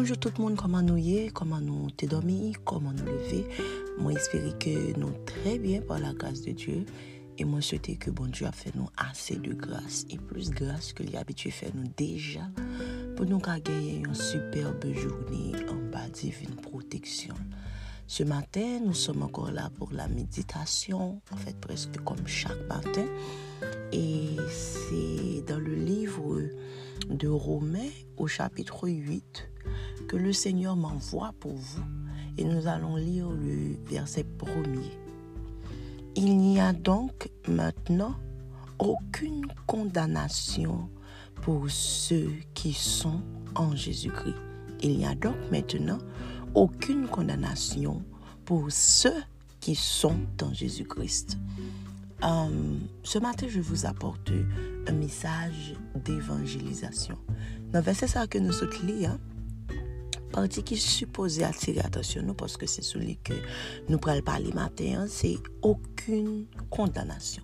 bonjour tout le monde, comment nous y est, comment nous t'es dormi, comment nous lever. Moi, j'espère que nous très bien par la grâce de Dieu. Et moi, souhaite que bon Dieu a fait nous assez de grâce et plus grâce que l'habitude fait nous déjà pour nous gagner une superbe journée en bas divine protection. Ce matin, nous sommes encore là pour la méditation, en fait presque comme chaque matin. Et c'est dans le livre de Romains au chapitre 8 que le Seigneur m'envoie pour vous. Et nous allons lire le verset 1er. Il n'y a donc maintenant aucune condamnation pour ceux qui sont en Jésus-Christ. Il n'y a donc maintenant aucune condamnation pour ceux qui sont en Jésus-Christ. Ce matin, je vous apporte un message d'évangélisation. Dans le verset ça que nous sommes lisons, partie qui est supposée attirer attention nous parce que c'est celui que nous pourrons parler matin, c'est aucune condamnation.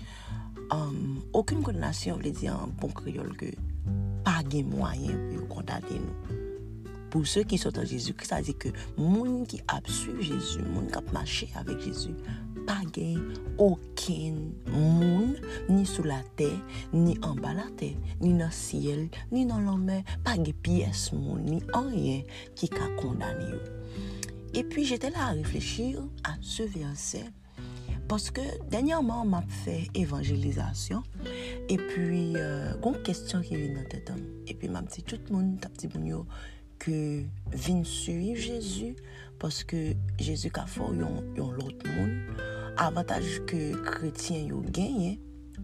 Aucune condamnation veut dire en bon créole que pas de moyen pour condamner nous. Pour ceux qui sont en Jésus-Christ, ça veut dire que monde qui a suivi Jésus, monde qui a marché avec Jésus, pas gain aucun monde ni sous la terre, ni en bas la terre, ni dans le ciel, ni dans la mer, pas de pièce monde, ni rien qui a condamné. Et puis j'étais là à réfléchir à ce verset parce que dernièrement m'a fait évangélisation et puis une question qui vient dans tête et puis m'a dit tout le monde t'a dit bon que vienne suivre Jésus parce que Jésus a fait l'autre monde avantage que chrétien yo gagne.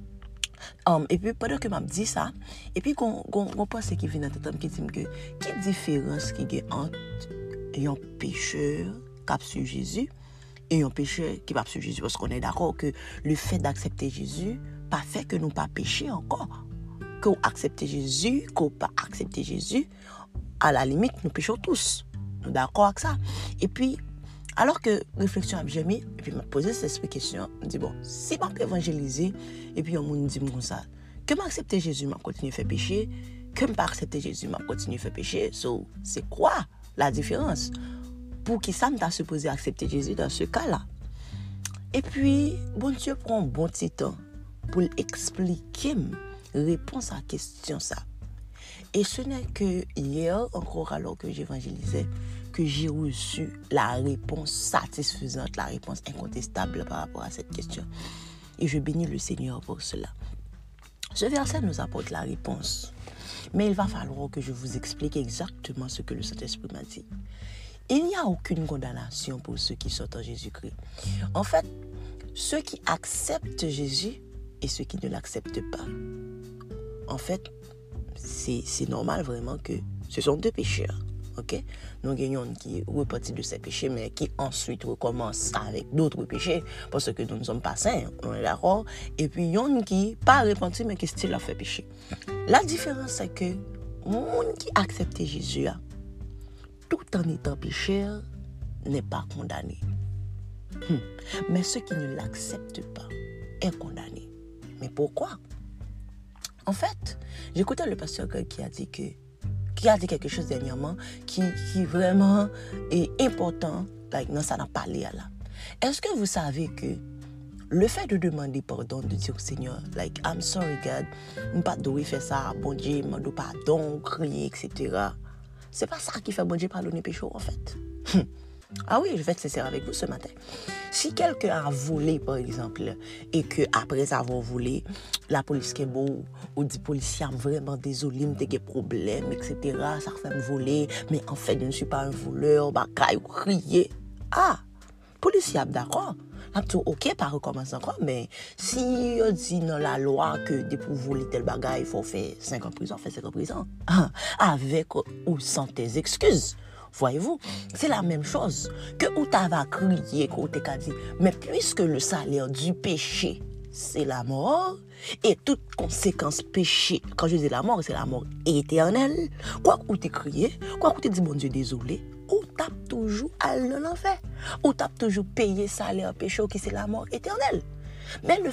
Et puis pendant que m'a dit ça et puis qu'on pense qui vient dans tête qui dit que quelle différence qui y a entre un pécheur qui a suivi Jésus et un pécheur qui va suivre Jésus parce qu'on est d'accord que le fait d'accepter Jésus pas fait que nous pas pécher encore que accepter Jésus qu'on pas accepter Jésus à la limite nous péchons tous nous d'accord avec ça et puis alors que réflexion a jamais et puis m'a posé cette question me dit bon si m'a évangéliser et puis on me dit comme ça que m'accepter Jésus m'a continuer faire pécher que me pas accepter Jésus m'a continuer faire pécher so c'est quoi la différence pour qui ça m'ta supposé accepter Jésus dans ce cas-là et puis bon Dieu prend un bon petit temps pour expliquer réponse à la question ça. Et ce n'est que hier, encore alors que j'évangélisais, que j'ai reçu la réponse satisfaisante, la réponse incontestable par rapport à cette question. Et je bénis le Seigneur pour cela. Ce verset nous apporte la réponse. Mais il va falloir que je vous explique exactement ce que le Saint-Esprit m'a dit. Il n'y a aucune condamnation pour ceux qui sont en Jésus-Christ. En fait, ceux qui acceptent Jésus et ceux qui ne l'acceptent pas. En fait, c'est normal vraiment que ce sont deux pécheurs. Okay? Nous gagnons qui repentit de ces péchés, mais qui ensuite recommence avec d'autres péchés, parce que nous ne sommes pas saints, on est d'accord. Et puis, il y en a qui pas repenti, mais qui style a fait péché. La différence, c'est que monde qui accepte Jésus, tout en étant pécheur, n'est pas condamné. Mais ceux qui ne l'acceptent pas est condamné. Mais pourquoi? En fait, j'écoutais le pasteur qui a dit quelque chose dernièrement qui vraiment est important dans ça n'a parlé là. Est-ce que vous savez que le fait de demander pardon, de dire au Seigneur, I'm sorry God, je ne pas dois faire ça, bon Dieu, je ne dois pardon, crier, etc. C'est pas ça qui fait bon Dieu pardonner péché en fait. Ah oui, je vais être sincère avec vous ce matin. Si quelqu'un a volé, par exemple, et que après avoir volé, la police qui est beau, ou dit policier vraiment désolé, j'ai des problèmes, etc. Ça fait me voler, mais en fait, je ne suis pas un voleur, bagaille ou crier. Ah, policier, d'accord. Ok, pas recommencer encore, mais si on dit dans la loi que pour voler tel bagaille, il faut faire 5 ans de prison, fait 5 ans de prison. Avec ou sans tes excuses. Voyez-vous, c'est la même chose que où tu vas crier, que tu as dit, mais puisque le salaire du péché, c'est la mort, et toute conséquence péché, quand je dis la mort, c'est la mort éternelle, quoi que tu crié, quoi que tu dis, bon Dieu, désolé, ou tu as toujours allé dans l'enfer, ou tu as toujours payé salaire péché, qui c'est la mort éternelle. Mais le fait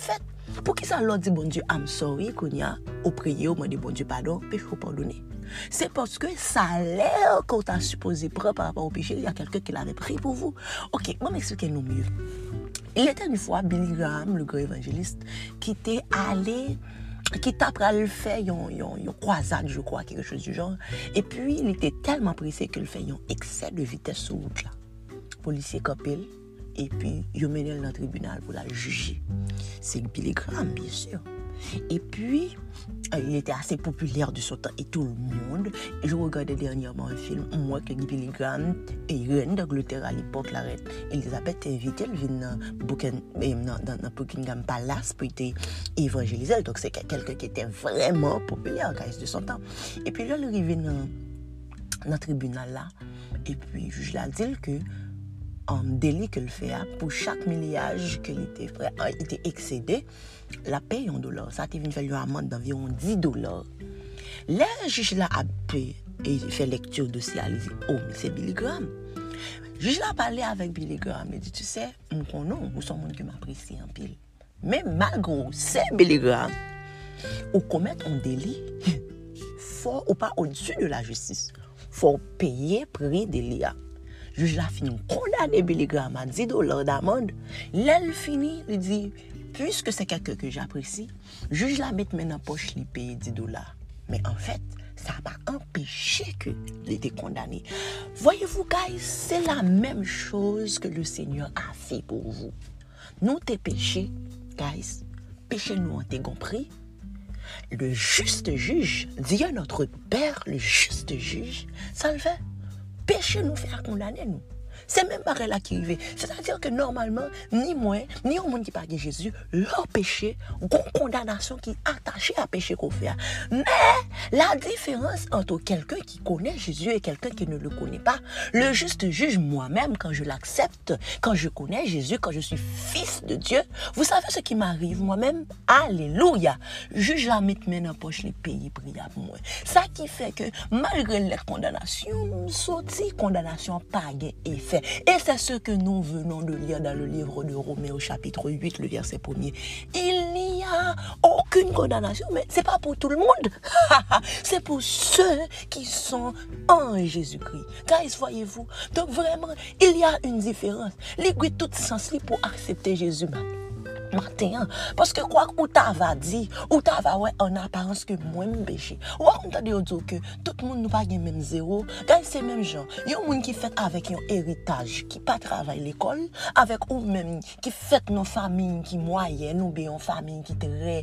Pour qui ça leur dit bon Dieu, I'm sorry, qu'on y a, au prier, au demander bon Dieu pardon, péché ou pardonner. C'est parce que ça a l'air qu'on t'a supposé prendre par rapport au péché, il y a quelqu'un qui l'avait pris pour vous. Ok, moi m'expliquez-nous mieux. Il était une fois Billy Graham, le grand évangéliste, qui était allé, qui t'a le fait une croisade, je crois, quelque chose du genre. Et puis, il était tellement pressé qu'il fait un excès de vitesse sur route là. Policier copil, et puis il mené dans le tribunal pour la juger. C'est Billy Graham, bien sûr. Et puis, il était assez populaire de son temps et tout le monde. Je regardais dernièrement un film, moi, que Billy Graham et reine d'Angleterre à l'époque, la reine Elisabeth invité, elle vient dans Buckingham Palace pour être évangélisée. Donc, c'est quelqu'un qui était vraiment populaire de son temps. Et puis là, il est arrivé dans le tribunal là. Et puis, le juge l'a dit que en délit qu'il fait pour chaque millage qu'il était excédé, la paye en dollars. Ça a été fait une amende d'environ $10. Le juge là a payé et fait lecture de dossier. Il dit, oh, mais c'est Billy Graham. Le juge là a parlé avec Billy Graham. Il dit, tu sais, non, vous êtes un monde qui m'apprécie en pile. Mais malgré c'est Billy Graham, ou commettre un délit, faut ou pas au-dessus de la justice. Faut payer prix délit. Le juge a fini condamné Billy Graham à $10 d'amende. Là, il finit, il dit, puisque c'est quelqu'un que j'apprécie, le juge la met maintenant en poche, il paye $10. Mais en fait, ça n'a pas empêché qu'il était condamné. Voyez-vous, guys, c'est la même chose que le Seigneur a fait pour vous. Nous, tes péchés, guys, péché nous en t'es compris. Le juste juge, Dieu notre Père, le juste juge, ça le fait. Péché nous fait condamner nous. C'est même pareil là qui arrive. C'est-à-dire que normalement, ni moi, ni au monde qui parle de Jésus, leur péché, une condamnation qui est attachée à péché qu'on fait. Mais la différence entre quelqu'un qui connaît Jésus et quelqu'un qui ne le connaît pas, le juste juge moi-même, quand je l'accepte, quand je connais Jésus, quand je suis fils de Dieu, vous savez ce qui m'arrive moi-même? Alléluia! Juge la met dans la poche les pays prières pour moi. Ça qui fait que malgré les condamnations, sorti condamnation pas gain effet. Et c'est ce que nous venons de lire dans le livre de Romains au chapitre 8, le verset 1er. Il n'y a aucune condamnation, mais ce n'est pas pour tout le monde. C'est pour ceux qui sont en Jésus-Christ. Guys, voyez-vous. Donc vraiment, il y a une différence. L'église tout sens pour accepter Jésus matin, parce que quoi ou t'ava dit ou t'ava ouais en apparence que moi me péché ou on t'a dit que tout le monde nous pas gain même zéro guys c'est même genre il y a un monde qui fait avec un héritage qui pas travaille l'école avec ou même qui fait nos familles qui moyennes ou bien une famille qui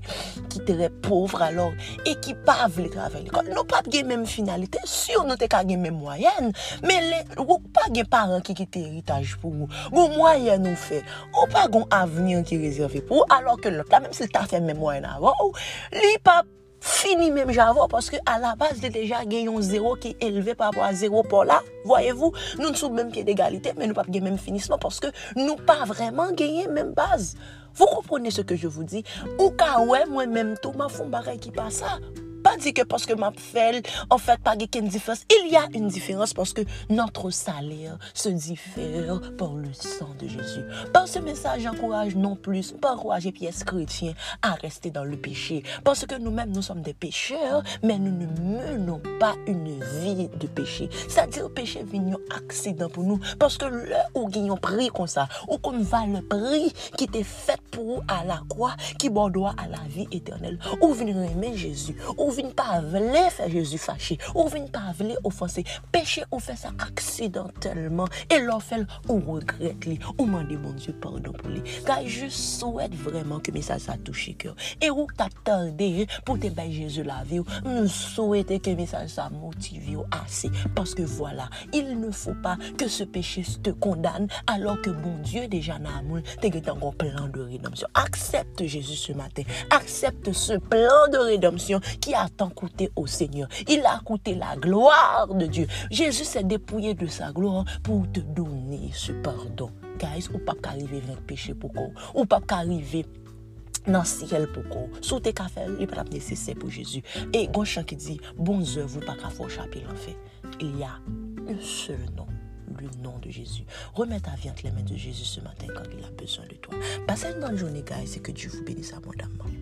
très pauvre alors et qui pas veut travailler l'école nous pas gain même finalité sûr nous t'es gain même moyenne mais les ou pas gain parents qui quitte héritage pour nous ou moyenne nous fait ou pas gon avenir qui réservé pour alors que l'autre là même s'il t'a fait même moyen avant lui pas fini même j'avoue parce que à la base il déjà gagné un zéro qui est élevé par rapport à zéro pour là voyez-vous nous ne sommes même pied d'égalité mais nous pas gagner même finissement parce que nous pas vraiment gagner même base vous comprenez ce que je vous dis ou ka ouais moi même tout ma fond pareil qui passe ça pas dire que parce que ma fait en fait pas une différence il y a une différence parce que notre salaire se diffère par le sang de Jésus par ce message j'encourage non plus pas encourager pièces chrétiens à rester dans le péché parce que nous-mêmes nous sommes des pécheurs mais nous ne menons pas une vie de péché c'est-à-dire péché vient un accident pour nous parce que là où gagnons prix comme ça ou qu'on va le prix qui était fait pour à la croix qui bordoie à la vie éternelle ou venir aimer Jésus ou venir pas vouloir faire Jésus fâché ou venir pas vouloir offenser péché ou fait ça accidentellement et l'on fait ou regrette lui ou demander bon Dieu pardon pour lui car je souhaite vraiment que message ça touche cœur et où t'attendais pour te bailler Jésus la vie nous souhaitons que message ça motive assez parce que voilà il ne faut pas que ce péché te condamne alors que bon Dieu déjà dans l'amour t'es un plan de rédemption accepte Jésus ce matin accepte ce plan de rédemption qui a tant coûté au Seigneur. Il a coûté la gloire de Dieu. Jésus s'est dépouillé de sa gloire pour te donner ce pardon. Guys, ou pas qu'arriver avec péché pour quoi, ou pas qu'arriver dans le ciel pour quoi. Sous tes cafés, il n'est pas nécessaire pour Jésus. Et un chant qui dit, bon œuvre, pas qu'à faire chaper l'enfer. Il y a un seul nom, le nom de Jésus. Remets ta vie entre les mains de Jésus ce matin quand il a besoin de toi. Passez une bonne journée, guys, et que Dieu vous bénisse abondamment.